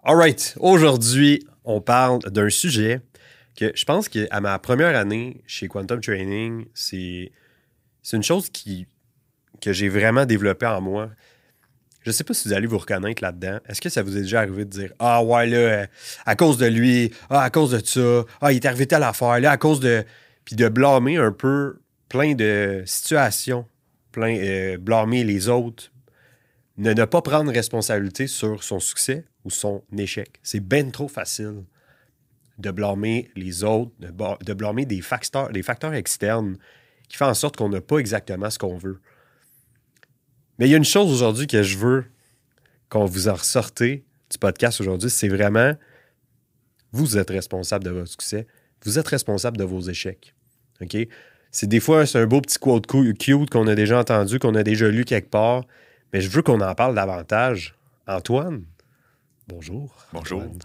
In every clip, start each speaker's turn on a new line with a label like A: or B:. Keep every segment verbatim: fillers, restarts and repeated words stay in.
A: All right. Aujourd'hui, on parle d'un sujet que je pense qu'à ma première année chez Quantum Training, c'est, c'est une chose qui, que j'ai vraiment développée en moi. Je ne sais pas si vous allez vous reconnaître là-dedans. Est-ce que ça vous est déjà arrivé de dire « Ah ouais, là, à cause de lui, ah, à cause de ça, ah, il est arrivé telle affaire, là, à cause de... » Puis de blâmer un peu plein de situations, plein, euh, blâmer les autres, ne, ne pas prendre responsabilité sur son succès ou son échec. C'est ben trop facile de blâmer les autres, de, de blâmer des facteurs, des facteurs externes qui font en sorte qu'on n'a pas exactement ce qu'on veut. Mais il y a une chose aujourd'hui que je veux qu'on vous en ressortez du podcast aujourd'hui, c'est vraiment vous êtes responsable de votre succès, vous êtes responsable de vos échecs. OK? C'est des fois, c'est un beau petit quote cute qu'on a déjà entendu, qu'on a déjà lu quelque part, mais je veux qu'on en parle davantage. Antoine, bonjour.
B: Bonjour.
A: Antoine.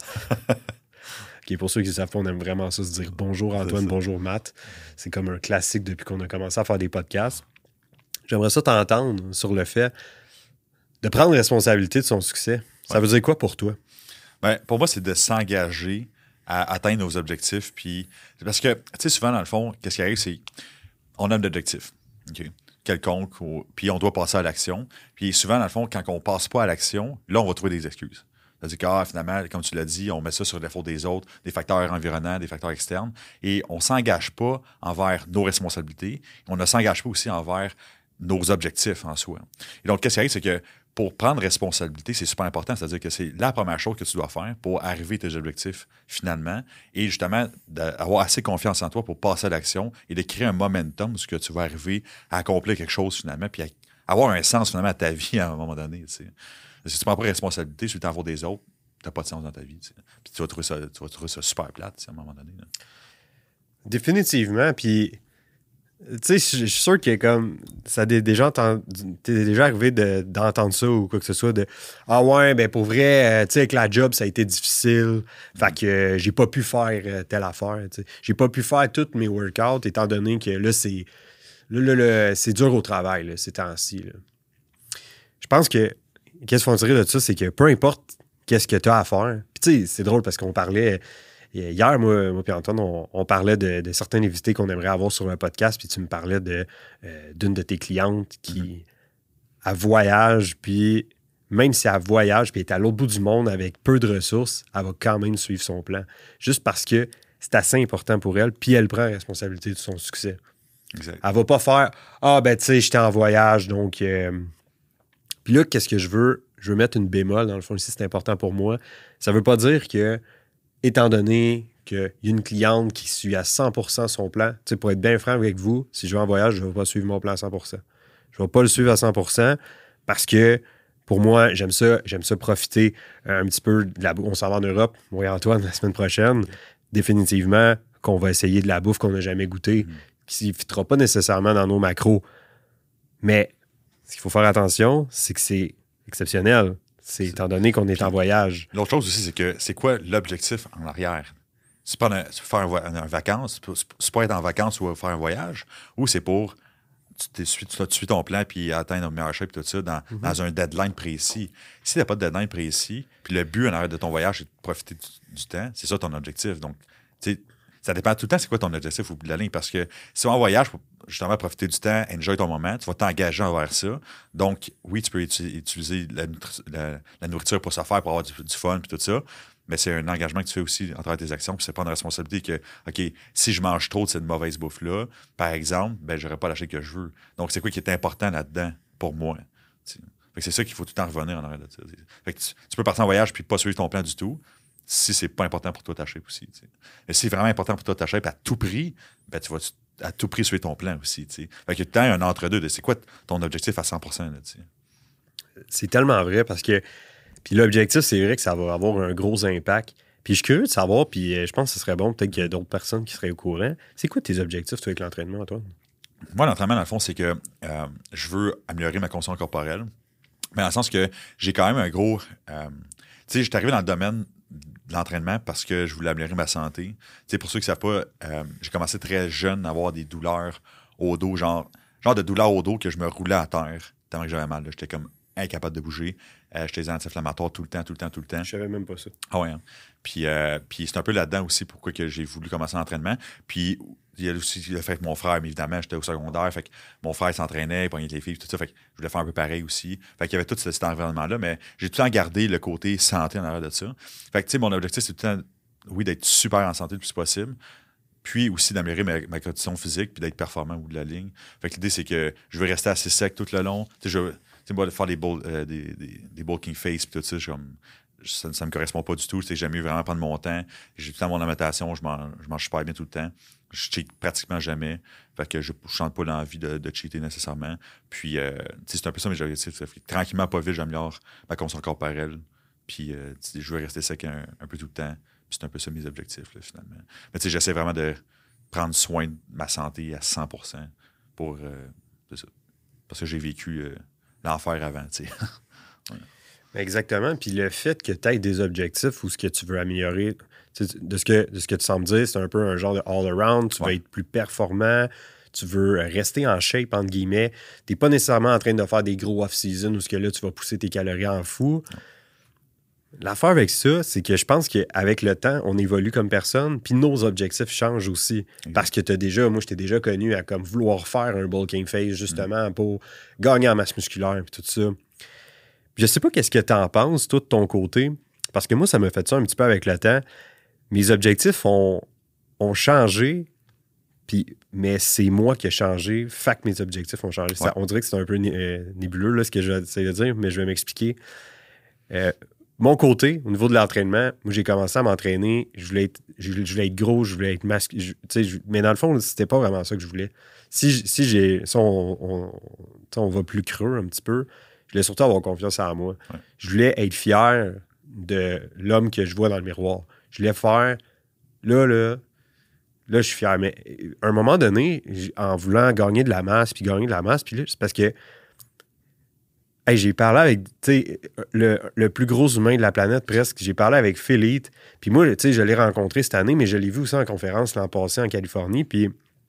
A: OK, pour ceux qui ne savent pas, on aime vraiment ça, se dire bonjour Antoine, bonjour Matt. C'est comme un classique depuis qu'on a commencé à faire des podcasts. J'aimerais ça t'entendre sur le fait de prendre responsabilité de son succès. Ça ouais. veut dire quoi pour toi?
B: Ben, pour moi, c'est de s'engager à atteindre nos objectifs. Puis, parce que, tu sais, souvent, dans le fond, qu'est-ce qui arrive, c'est on a un objectif, okay, quelconque, ou, puis on doit passer à l'action. Puis souvent, dans le fond, quand on ne passe pas à l'action, là, on va trouver des excuses. C'est-à-dire que, ah, finalement, comme tu l'as dit, on met ça sur les fautes des autres, des facteurs environnants, des facteurs externes, et on ne s'engage pas envers nos responsabilités. On ne s'engage pas aussi envers nos objectifs en soi. Et donc, qu'est-ce qui arrive, c'est que pour prendre responsabilité, c'est super important. C'est-à-dire que c'est la première chose que tu dois faire pour arriver à tes objectifs finalement et justement d'avoir assez confiance en toi pour passer à l'action et de créer un momentum sur que tu vas arriver à accomplir quelque chose finalement puis à avoir un sens finalement à ta vie à un moment donné. Tu sais. Si tu ne prends pas responsabilité sur le temps des autres, tu n'as pas de sens dans ta vie. Tu sais. Puis tu vas trouver ça, tu vas trouver ça super plate tu sais, à un moment donné. Là.
A: Définitivement. Puis tu sais, je suis sûr que comme ça t'es déjà, t'es déjà arrivé de, d'entendre ça ou quoi que ce soit de ah ouais, ben pour vrai, euh, tu sais, avec la job, ça a été difficile. Fait que euh, j'ai pas pu faire euh, telle affaire. T'sais. J'ai pas pu faire tous mes workouts étant donné que là, c'est là, là, là, c'est dur au travail, là, ces temps-ci. Là. Je pense que qu'est-ce qu'on dirait de ça, c'est que peu importe qu'est-ce que tu as à faire. Puis tu sais, c'est drôle parce qu'on parlait. Hier, moi, moi et Antoine, on, on parlait de, de certains invités qu'on aimerait avoir sur un podcast, puis tu me parlais de, euh, d'une de tes clientes qui mm-hmm. elle voyage, puis même si elle voyage, puis elle est à l'autre bout du monde avec peu de ressources, elle va quand même suivre son plan. Juste parce que c'est assez important pour elle, puis elle prend la responsabilité de son succès.
B: Exact.
A: Elle va pas faire « Ah, ben tu sais, j'étais en voyage, donc... Euh... » Puis là, qu'est-ce que je veux? Je veux mettre une bémol, dans le fond, ici, c'est important pour moi. Ça veut pas dire que étant donné qu'il y a une cliente qui suit à cent pour cent son plan, tu sais, pour être bien franc avec vous, si je vais en voyage, je ne vais pas suivre mon plan à cent pour cent. Je ne vais pas le suivre à cent pour cent parce que, pour moi, j'aime ça, j'aime ça profiter un petit peu de la bouffe. On s'en va en Europe, moi et Antoine, la semaine prochaine. Définitivement qu'on va essayer de la bouffe qu'on n'a jamais goûtée, mmh. qui ne fitera pas nécessairement dans nos macros. Mais ce qu'il faut faire attention, c'est que c'est exceptionnel. C'est étant donné qu'on est Puis, en voyage.
B: L'autre chose aussi, c'est que c'est quoi l'objectif en arrière? C'est pas un, c'est faire un, un, un vacances, c'est pas être en vacances ou faire un voyage, ou c'est pour tu, tu, tu suis ton plan puis atteindre un meilleur shape et tout ça dans, mm-hmm. dans un deadline précis. Si tu n'as pas de deadline précis, puis le but en arrière de ton voyage, c'est de profiter du, du temps, c'est ça ton objectif. Donc, tu sais, ça dépend tout le temps c'est quoi ton objectif au bout de la ligne. Parce que si tu vas en voyage pour justement profiter du temps, enjoy ton moment, tu vas t'engager envers ça. Donc, oui, tu peux utiliser la, la, la nourriture pour ça faire, pour avoir du, du fun et tout ça. Mais c'est un engagement que tu fais aussi à travers tes actions. Puis c'est pas une responsabilité que, OK, si je mange trop de cette mauvaise bouffe-là, par exemple, ben j'aurais pas lâché que je veux. Donc, c'est quoi qui est important là-dedans pour moi? T'sais. Fait que c'est ça qu'il faut tout le temps revenir en arrière de ça. Fait que tu, tu peux partir en voyage puis pas suivre ton plan du tout. Si c'est pas important pour toi ta shape aussi. T'sais. Mais si c'est vraiment important pour toi ta shape à tout prix, ben tu vas à tout prix suivre ton plan aussi. T'sais. Fait qu'il y a tout le temps un entre-deux de c'est quoi ton objectif à cent pour cent. Là,
A: c'est tellement vrai parce que puis l'objectif, c'est vrai que ça va avoir un gros impact. Puis je suis curieux de savoir, puis je pense que ce serait bon, peut-être qu'il y a d'autres personnes qui seraient au courant. C'est quoi tes objectifs, toi, avec l'entraînement, Antoine?
B: Moi, l'entraînement, dans le fond, c'est que euh, je veux améliorer ma condition corporelle. Mais dans le sens que j'ai quand même un gros... Euh, tu sais, j'étais arrivé dans le domaine de l'entraînement parce que je voulais améliorer ma santé. Tu sais, pour ceux qui ne savent pas, euh, j'ai commencé très jeune à avoir des douleurs au dos, genre, genre de douleurs au dos que je me roulais à terre tellement que j'avais mal. Là. J'étais comme incapable de bouger. Euh, j'étais des anti-inflammatoires tout le temps, tout le temps, tout le temps.
A: Je savais même pas ça.
B: Ah ouais. Hein. Puis, euh, puis c'est un peu là-dedans aussi pourquoi que j'ai voulu commencer l'entraînement. Puis il y a aussi le fait que mon frère, mais évidemment, j'étais au secondaire. Fait que mon frère s'entraînait, il pognait les filles, tout ça. Fait que je voulais faire un peu pareil aussi. Fait qu'il y avait tout cet environnement-là, mais j'ai tout le temps gardé le côté santé en arrière de ça. Fait que, tu sais, mon objectif, c'est tout le temps, oui, d'être super en santé le plus possible. Puis aussi d'améliorer ma, ma condition physique puis d'être performant au bout de la ligne. Fait que l'idée, c'est que je veux rester assez sec tout le long. Tu sais, je veux moi, faire des, bol, euh, des, des, des bulking face puis tout ça, je, comme, ça ne me correspond pas du tout. J'aime mieux vraiment prendre mon temps. J'ai tout le temps mon alimentation, je mange, je mange super bien tout le temps. Je cheat pratiquement jamais. Fait que je ne sens pas l'envie de, de cheater nécessairement. Puis, euh, c'est un peu ça mes objectifs. Tranquillement, pas vite, j'améliore ma condition corporelle. Puis, euh, je veux rester sec un, un peu tout le temps. C'est un peu ça mes objectifs, là, finalement. Mais tu sais, j'essaie vraiment de prendre soin de ma santé à cent pour cent pour, euh, c'est ça. Parce que j'ai vécu euh, l'enfer avant, tu sais. Ouais.
A: Exactement. Puis le fait que tu aies des objectifs ou ce que tu veux améliorer, de ce que, de ce que tu sembles dire, c'est un peu un genre de all-around. Tu
B: ouais.
A: veux être plus performant, tu veux rester en shape, entre guillemets. Tu n'es pas nécessairement en train de faire des gros off-season où ce que là, tu vas pousser tes calories en fou. Ouais. L'affaire avec ça, c'est que je pense qu'avec le temps, on évolue comme personne, puis nos objectifs changent aussi. Exactement. Parce que tu as déjà, moi, je t'ai déjà connu à comme vouloir faire un bulking phase, justement, mm. pour gagner en masse musculaire, puis tout ça. Puis je sais pas qu'est-ce que tu en penses, toi, de ton côté, parce que moi, ça m'a fait ça un petit peu avec le temps. Mes objectifs ont, ont changé, puis, mais c'est moi qui ai changé, fait que mes objectifs ont changé. Ouais. Ça, on dirait que c'est un peu euh, nébuleux, là, ce que j'essaie de dire, mais je vais m'expliquer. Euh, Mon côté, au niveau de l'entraînement, moi, j'ai commencé à m'entraîner. Je voulais être, je, je voulais être gros, je voulais être masque. Je, je, mais dans le fond, c'était pas vraiment ça que je voulais. Si, si j'ai. Si on, on, on va plus creux un petit peu, je voulais surtout avoir confiance en moi. Ouais. Je voulais être fier de l'homme que je vois dans le miroir. Je voulais faire. Là, là, là, je suis fier. Mais à un moment donné, en voulant gagner de la masse, puis gagner de la masse, puis là, c'est parce que. Hey, j'ai parlé avec le, le plus gros humain de la planète, presque. J'ai parlé avec Philippe. Puis moi, je l'ai rencontré cette année, mais je l'ai vu aussi en conférence l'an passé en Californie. Puis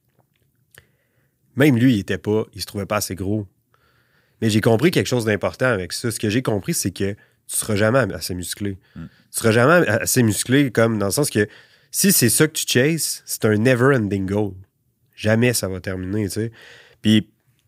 A: même lui, il était pas, il se trouvait pas assez gros. Mais j'ai compris quelque chose d'important avec ça. Ce que j'ai compris, c'est que tu seras jamais assez musclé. Mm. Tu seras jamais assez musclé, comme dans le sens que si c'est ça que tu chases, c'est un never-ending goal. Jamais ça va terminer, tu sais. Puis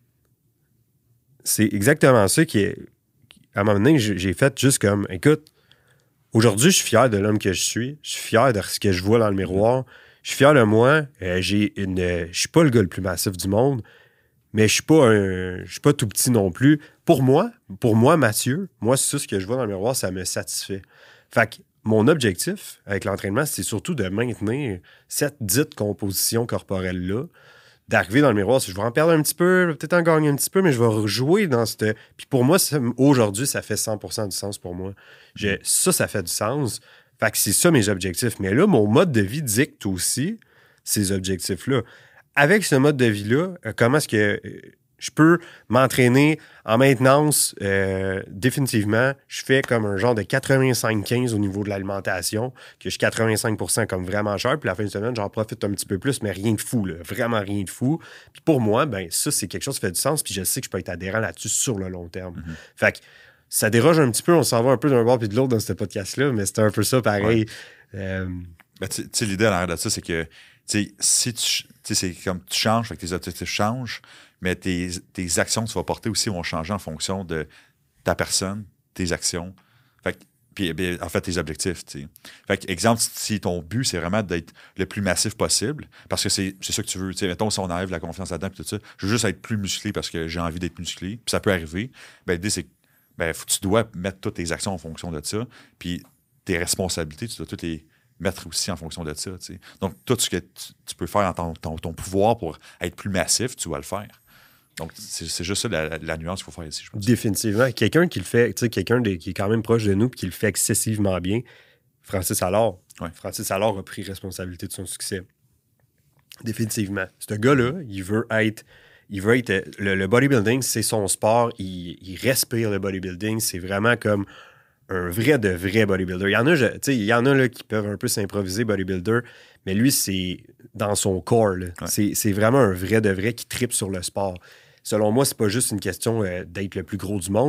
A: c'est exactement ça qui est. À un moment donné, j'ai fait juste comme, écoute, aujourd'hui, je suis fier de l'homme que je suis. Je suis fier de ce que je vois dans le miroir. Je suis fier de moi. Euh, j'ai une, euh, je suis pas le gars le plus massif du monde, mais je suis pas un, je suis pas tout petit non plus. Pour moi, pour moi, Mathieu, moi, c'est ça ce que je vois dans le miroir, ça me satisfait. Fait que mon objectif avec l'entraînement, c'est surtout de maintenir cette dite composition corporelle-là. D'arriver dans le miroir, si je vais en perdre un petit peu, peut-être en gagner un petit peu, mais je vais rejouer dans cette... Puis pour moi, ça, aujourd'hui, ça fait cent pour cent du sens pour moi. Je, ça, ça fait du sens. Fait que c'est ça mes objectifs. Mais là, mon mode de vie dicte aussi ces objectifs-là. Avec ce mode de vie-là, comment est-ce que je peux m'entraîner en maintenance? Euh, définitivement, je fais comme un genre de quatre-vingt-cinq quinze au niveau de l'alimentation, que je suis quatre-vingt-cinq pour cent comme vraiment cher, puis la fin de semaine, j'en profite un petit peu plus, mais rien de fou, là, vraiment rien de fou. Puis pour moi, ben ça, c'est quelque chose qui fait du sens, puis je sais que je peux être adhérent là-dessus sur le long terme. Mm-hmm. Fait que ça déroge un petit peu, on s'en va un peu d'un bord puis de l'autre dans ce podcast-là, mais c'était un peu ça pareil. Ouais. Euh...
B: Ben, tu sais, l'idée à l'arrière de ça, c'est que t'sais, si tu c'est comme tu changes, fait que tes objectifs changent, mais tes, tes actions que tu vas porter aussi vont changer en fonction de ta personne, tes actions. Fait que, puis, bien, en fait, tes objectifs. T'sais. Fait que, exemple, si ton but, c'est vraiment d'être le plus massif possible, parce que c'est, c'est ça que tu veux. T'sais, mettons, si on enlève la confiance là-dedans, puis tout ça, je veux juste être plus musclé parce que j'ai envie d'être musclé, puis ça peut arriver. Ben, l'idée, c'est que ben, tu dois mettre toutes tes actions en fonction de ça, puis tes responsabilités, tu dois toutes les mettre aussi en fonction de ça. T'sais. Donc, tout ce que tu, tu peux faire en ton, ton, ton pouvoir pour être plus massif, tu vas le faire. Donc, c'est, c'est juste ça la, la nuance qu'il faut faire ici, je pense.
A: Définitivement. Quelqu'un qui le fait, tu sais, quelqu'un de, qui est quand même proche de nous et qui le fait excessivement bien, Francis Allard. Ouais. Francis Allard a pris responsabilité de son succès. Définitivement. Ce gars-là, il veut être... Il veut être... Le, le bodybuilding, c'est son sport. Il, il respire le bodybuilding. C'est vraiment comme un vrai de vrai bodybuilder. Il y en a, tu sais, il y en a là, qui peuvent un peu s'improviser bodybuilder, mais lui, c'est dans son corps. Là. Ouais. C'est, c'est vraiment un vrai de vrai qui tripe sur le sport. Selon moi, c'est pas juste une question euh, d'être le plus gros du monde,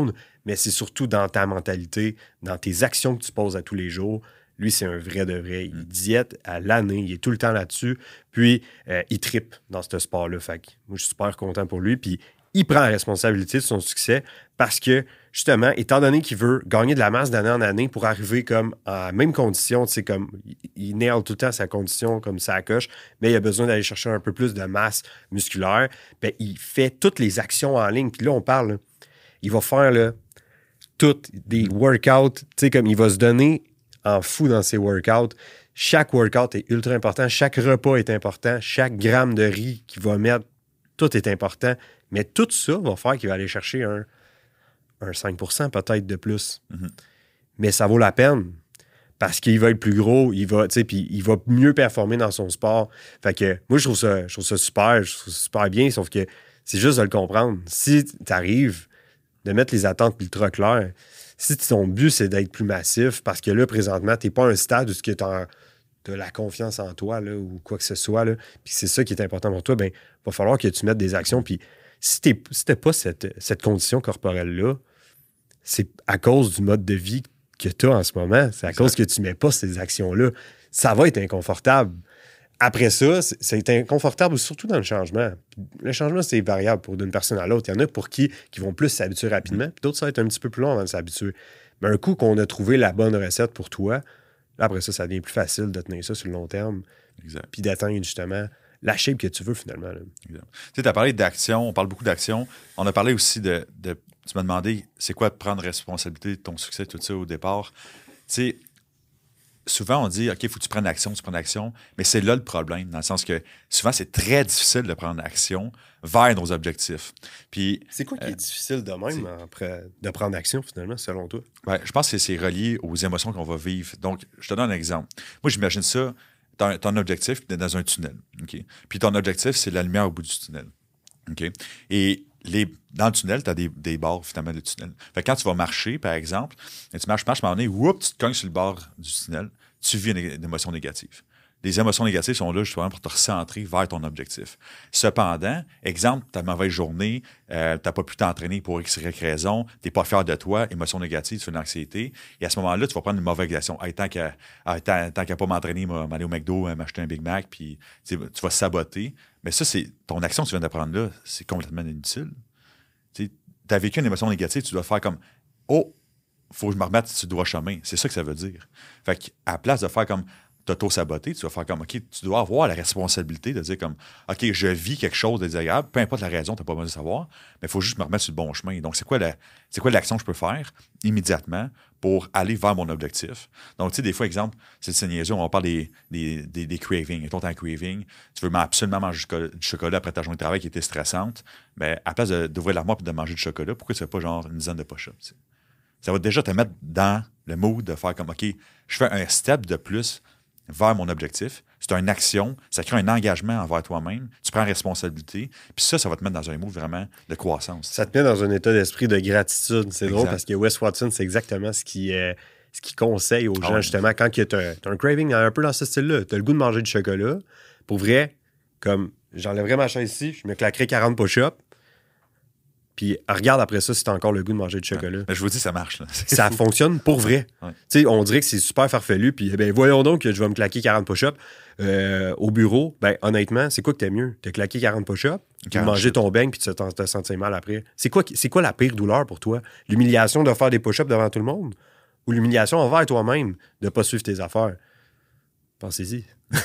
A: mais c'est surtout dans ta mentalité, dans tes actions que tu poses à tous les jours. Lui, c'est un vrai de vrai. Il diète à l'année, il est tout le temps là-dessus. Puis, euh, il trippe dans ce sport-là. Fait que moi, je suis super content pour lui. Puis, il prend la responsabilité de son succès parce que, justement, étant donné qu'il veut gagner de la masse d'année en année pour arriver comme en même condition, tu sais, comme il, il nail tout le temps sa condition comme ça coche, mais il a besoin d'aller chercher un peu plus de masse musculaire. Bien, il fait toutes les actions en ligne. Puis là, on parle, là, il va faire là, toutes des workouts, tu sais, comme il va se donner en fou dans ses workouts. Chaque workout est ultra important. Chaque repas est important. Chaque gramme de riz qu'il va mettre, tout est important. Mais tout ça va faire qu'il va aller chercher un, un cinq pour cent peut-être de plus. Mm-hmm. Mais ça vaut la peine parce qu'il va être plus gros, il va, puis il va mieux performer dans son sport. Fait que moi, je trouve ça, je trouve ça super, je trouve ça super bien, sauf que c'est juste de le comprendre. Si tu arrives de mettre les attentes ultra claires, si ton but, c'est d'être plus massif, parce que là, présentement, tu n'es pas à un stade où tu as de la confiance en toi là, ou quoi que ce soit, là, puis c'est ça qui est important pour toi, bien, il va falloir que tu mettes des actions. Puis si tu n'as pas cette, cette condition corporelle-là, c'est à cause du mode de vie que tu as en ce moment. C'est à exact. Cause que tu ne mets pas ces actions-là. Ça va être inconfortable. Après ça, c'est, c'est inconfortable, surtout dans le changement. Le changement, c'est variable pour d'une personne à l'autre. Il y en a pour qui, qui vont plus s'habituer rapidement, puis d'autres, ça va être un petit peu plus long avant de s'habituer. Mais un coup qu'on a trouvé la bonne recette pour toi, là, après ça, ça devient plus facile de tenir ça sur le long terme, puis d'atteindre justement la shape que tu veux finalement.
B: Tu sais, tu as parlé d'action, on parle beaucoup d'action. On a parlé aussi de, de... Tu m'as demandé, c'est quoi de prendre responsabilité de ton succès, tout ça au départ. Tu sais, souvent, on dit, OK, il faut que tu prennes action, tu prends action, mais c'est là le problème, dans le sens que souvent, c'est très difficile de prendre action vers nos objectifs. Puis,
A: c'est quoi qui euh, est difficile de même après, de prendre action, finalement, selon toi?
B: Ben, je pense que c'est relié aux émotions qu'on va vivre. Donc, je te donne un exemple. Moi, j'imagine ça, ton, ton objectif, tu es dans un tunnel. Okay? Puis ton objectif, c'est la lumière au bout du tunnel. Okay? Et les, dans le tunnel, tu as des, des barres, finalement, de tunnel. Fait que quand tu vas marcher, par exemple, et tu marches, marches, à un moment donné, whoop, tu te cognes sur le bord du tunnel, tu vis une, une émotion négative. Les émotions négatives sont là justement pour te recentrer vers ton objectif. Cependant, exemple, tu as une mauvaise journée, euh, tu n'as pas pu t'entraîner pour X, Y raison, tu n'es pas fier de toi, émotion négative, tu fais une anxiété, et à ce moment-là, tu vas prendre une mauvaise action. Hey, tant qu'à tant, tant qu'à pas m'entraîner, m'aller au McDo, m'acheter un Big Mac, puis tu vas saboter. Mais ça, c'est ton action que tu viens de prendre là, c'est complètement inutile. Tu as vécu une émotion négative, tu dois faire comme « Oh, faut que je me remette sur le droit chemin ». C'est ça que ça veut dire. Fait qu'à la place de faire comme t'auto-saboter, tu vas faire comme, OK, tu dois avoir la responsabilité de dire comme, OK, je vis quelque chose de désagréable, peu importe la raison, tu n'as pas besoin de savoir, mais il faut juste me remettre sur le bon chemin. Donc, c'est quoi, la, c'est quoi l'action que je peux faire immédiatement pour aller vers mon objectif? Donc, tu sais, des fois, exemple, c'est niaiseux, on parle des, des, des, des cravings. Et toi, tu as un craving, tu veux absolument manger du chocolat après ta journée de travail qui était stressante, mais à la place de, d'ouvrir l'armoire et de manger du chocolat, pourquoi tu ne fais pas genre une dizaine de push-ups? Ça va déjà te mettre dans le mood de faire comme, OK, je fais un step de plus vers mon objectif. C'est une action, ça crée un engagement envers toi-même, tu prends responsabilité, puis ça, ça va te mettre dans un mood vraiment de croissance.
A: Ça te met dans un état d'esprit de gratitude. C'est exact. Drôle parce que Wes Watson, c'est exactement ce qu'il euh, ce conseille aux gens, ah ouais. justement, quand tu as un, un craving un peu dans ce style-là, tu as le goût de manger du chocolat. Pour vrai, comme j'enlèverais ma chaise ici, je me claquerais quarante push-ups, puis regarde après ça si tu as encore le goût de manger du chocolat.
B: Ouais. Mais je vous dis, ça marche. Là.
A: Ça fonctionne pour vrai. Ouais. Tu sais, on dirait que c'est super farfelu. Puis, ben, voyons donc que je vais me claquer quarante push-ups euh, au bureau. Ben, honnêtement, c'est quoi que t'aimes mieux? T'as claqué quarante push-ups, de manger ton beigne puis de te, te sentir mal après. C'est quoi, c'est quoi la pire douleur pour toi? L'humiliation de faire des push-ups devant tout le monde? Ou l'humiliation envers toi-même de ne pas suivre tes affaires? Pensez-y.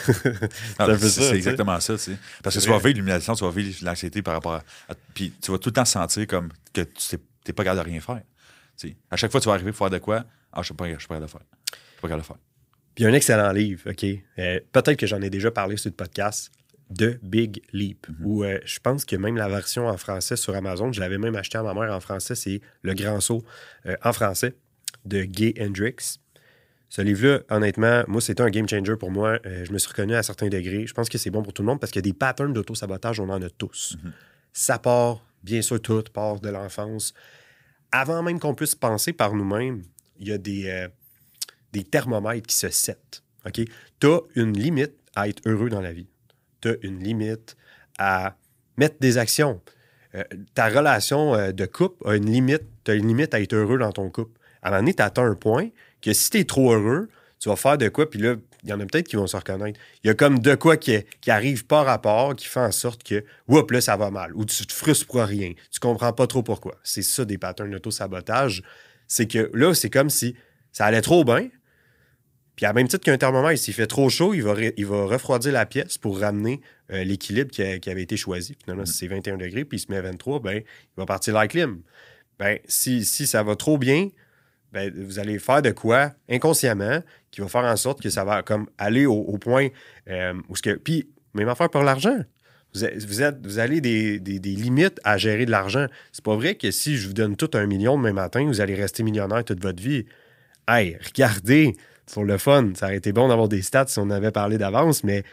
B: Ah, c'est, c'est, ça, c'est exactement ça. T'sais. Parce que tu vas vivre l'humiliation, tu vas vivre l'anxiété par rapport à. à puis tu vas tout le temps sentir comme que tu n'es pas capable de rien faire. T'sais. À chaque fois que tu vas arriver pour faire de quoi, ah, je ne suis pas capable de faire. Je suis pas capable de faire.
A: Puis il y a un excellent livre, OK? Euh, peut-être que j'en ai déjà parlé sur le podcast, The Big Leap, mm-hmm. où euh, je pense que même la version en français sur Amazon, je l'avais même acheté à ma mère en français, c'est Le Grand Saut euh, en français de Gay Hendricks. Ce livre-là, honnêtement, moi, c'était un game changer pour moi. Euh, je me suis reconnu à certains degrés. Je pense que c'est bon pour tout le monde parce qu'il y a des patterns d'auto-sabotage, on en a tous. Mm-hmm. Ça part, bien sûr, tout part de l'enfance. Avant même qu'on puisse penser par nous-mêmes, il y a des, euh, des thermomètres qui se settent. Okay? Tu as une limite à être heureux dans la vie. Tu as une limite à mettre des actions. euh, ta relation euh, de couple a une limite. Tu as une limite à être heureux dans ton couple. À un moment donné, tu atteins un point que si tu es trop heureux, tu vas faire de quoi, puis là, il y en a peut-être qui vont se reconnaître. Il y a comme de quoi qui, qui arrive par rapport, qui fait en sorte que, oups, là, ça va mal, ou tu te frustres pour rien, tu comprends pas trop pourquoi. C'est ça, des patterns d'auto-sabotage. C'est que là, c'est comme si ça allait trop bien, puis à même titre qu'un thermomètre, s'il fait trop chaud, il va, ré- il va refroidir la pièce pour ramener euh, l'équilibre qui, a- qui avait été choisi. Finalement, si c'est vingt et un degrés, puis il se met à vingt-trois, ben, il va partir l'air clim. Ben, si, si ça va trop bien, ben, vous allez faire de quoi inconsciemment qui va faire en sorte que ça va comme aller au, au point euh, où ce que. Puis, même affaire pour l'argent. Vous, êtes, vous, êtes, vous avez des, des, des limites à gérer de l'argent. C'est pas vrai que si je vous donne tout un million demain matin, vous allez rester millionnaire toute votre vie. Hey, regardez, pour le fun, ça aurait été bon d'avoir des stats si on avait parlé d'avance, mais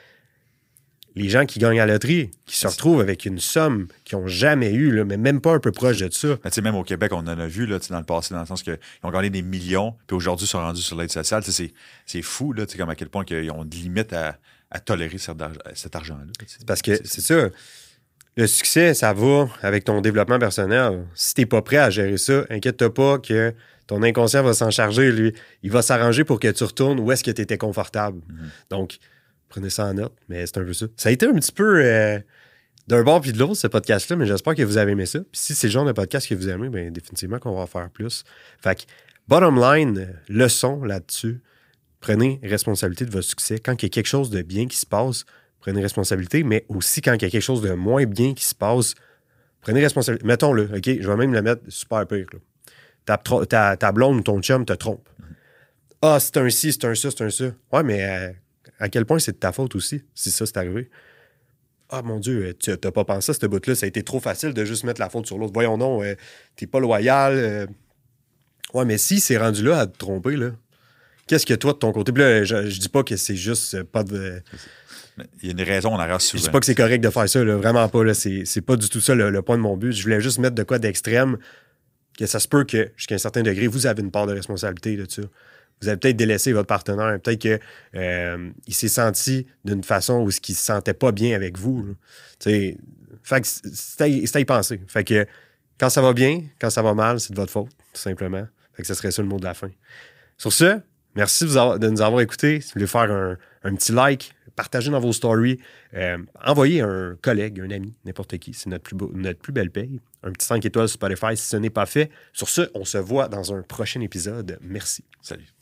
A: les gens qui gagnent à la loterie, qui se retrouvent avec une somme qu'ils n'ont jamais eue, là, mais même pas un peu proche de ça.
B: Mais même au Québec, on en a vu là, dans le passé, dans le sens qu'ils ont gagné des millions, puis aujourd'hui, ils sont rendus sur l'aide sociale. C'est, c'est fou, là, comme à quel point ils ont des limites à, à tolérer cet, cet argent-là.
A: C'est parce que c'est ça. Le succès, ça va avec ton développement personnel. Si tu n'es pas prêt à gérer ça, inquiète-toi pas que ton inconscient va s'en charger, lui. Il va s'arranger pour que tu retournes où est-ce que tu étais confortable. Mm-hmm. Donc, prenez ça en note, mais c'est un peu ça. Ça a été un petit peu euh, d'un bord puis de l'autre, ce podcast-là, mais j'espère que vous avez aimé ça. Puis si c'est le genre de podcast que vous aimez, bien définitivement qu'on va en faire plus. Fait que, bottom line, leçon là-dessus, prenez responsabilité de votre succès. Quand il y a quelque chose de bien qui se passe, prenez responsabilité, mais aussi quand il y a quelque chose de moins bien qui se passe, prenez responsabilité. Mettons-le, OK? Je vais même le mettre super pire, là. Ta, ta, ta blonde ou ton chum te trompe. Ah, c'est un ci, c'est un ça, c'est un ça. Ouais, mais euh, à quel point c'est de ta faute aussi, si ça c'est arrivé? Ah, mon Dieu, tu n'as pas pensé à ce bout-là. Ça a été trop facile de juste mettre la faute sur l'autre. Voyons non, euh, t'es pas loyal. Euh... Ouais, mais si c'est rendu là à te tromper, là, qu'est-ce que toi, de ton côté? Puis là, je, je dis pas que c'est juste euh, pas de...
B: Il y a une raison, on arrive souvent.
A: Je dis pas que c'est correct de faire ça, là, vraiment pas. Là, c'est, c'est pas du tout ça le, le point de mon but. Je voulais juste mettre de quoi d'extrême, que ça se peut que, jusqu'à un certain degré, vous avez une part de responsabilité de ça. Vous avez peut-être délaissé votre partenaire. Peut-être qu'il euh, s'est senti d'une façon où il ne se sentait pas bien avec vous. Fait que c'est à y penser. Fait que quand ça va bien, quand ça va mal, c'est de votre faute, tout simplement. Fait que ce serait ça le mot de la fin. Sur ce, merci de nous avoir écoutés. Si vous voulez faire un, un petit like, partagez dans vos stories, euh, envoyez un collègue, un ami, n'importe qui. C'est notre plus, beau, notre plus belle paye. Un petit cinq étoiles sur Spotify si ce n'est pas fait. Sur ce, on se voit dans un prochain épisode. Merci.
B: Salut.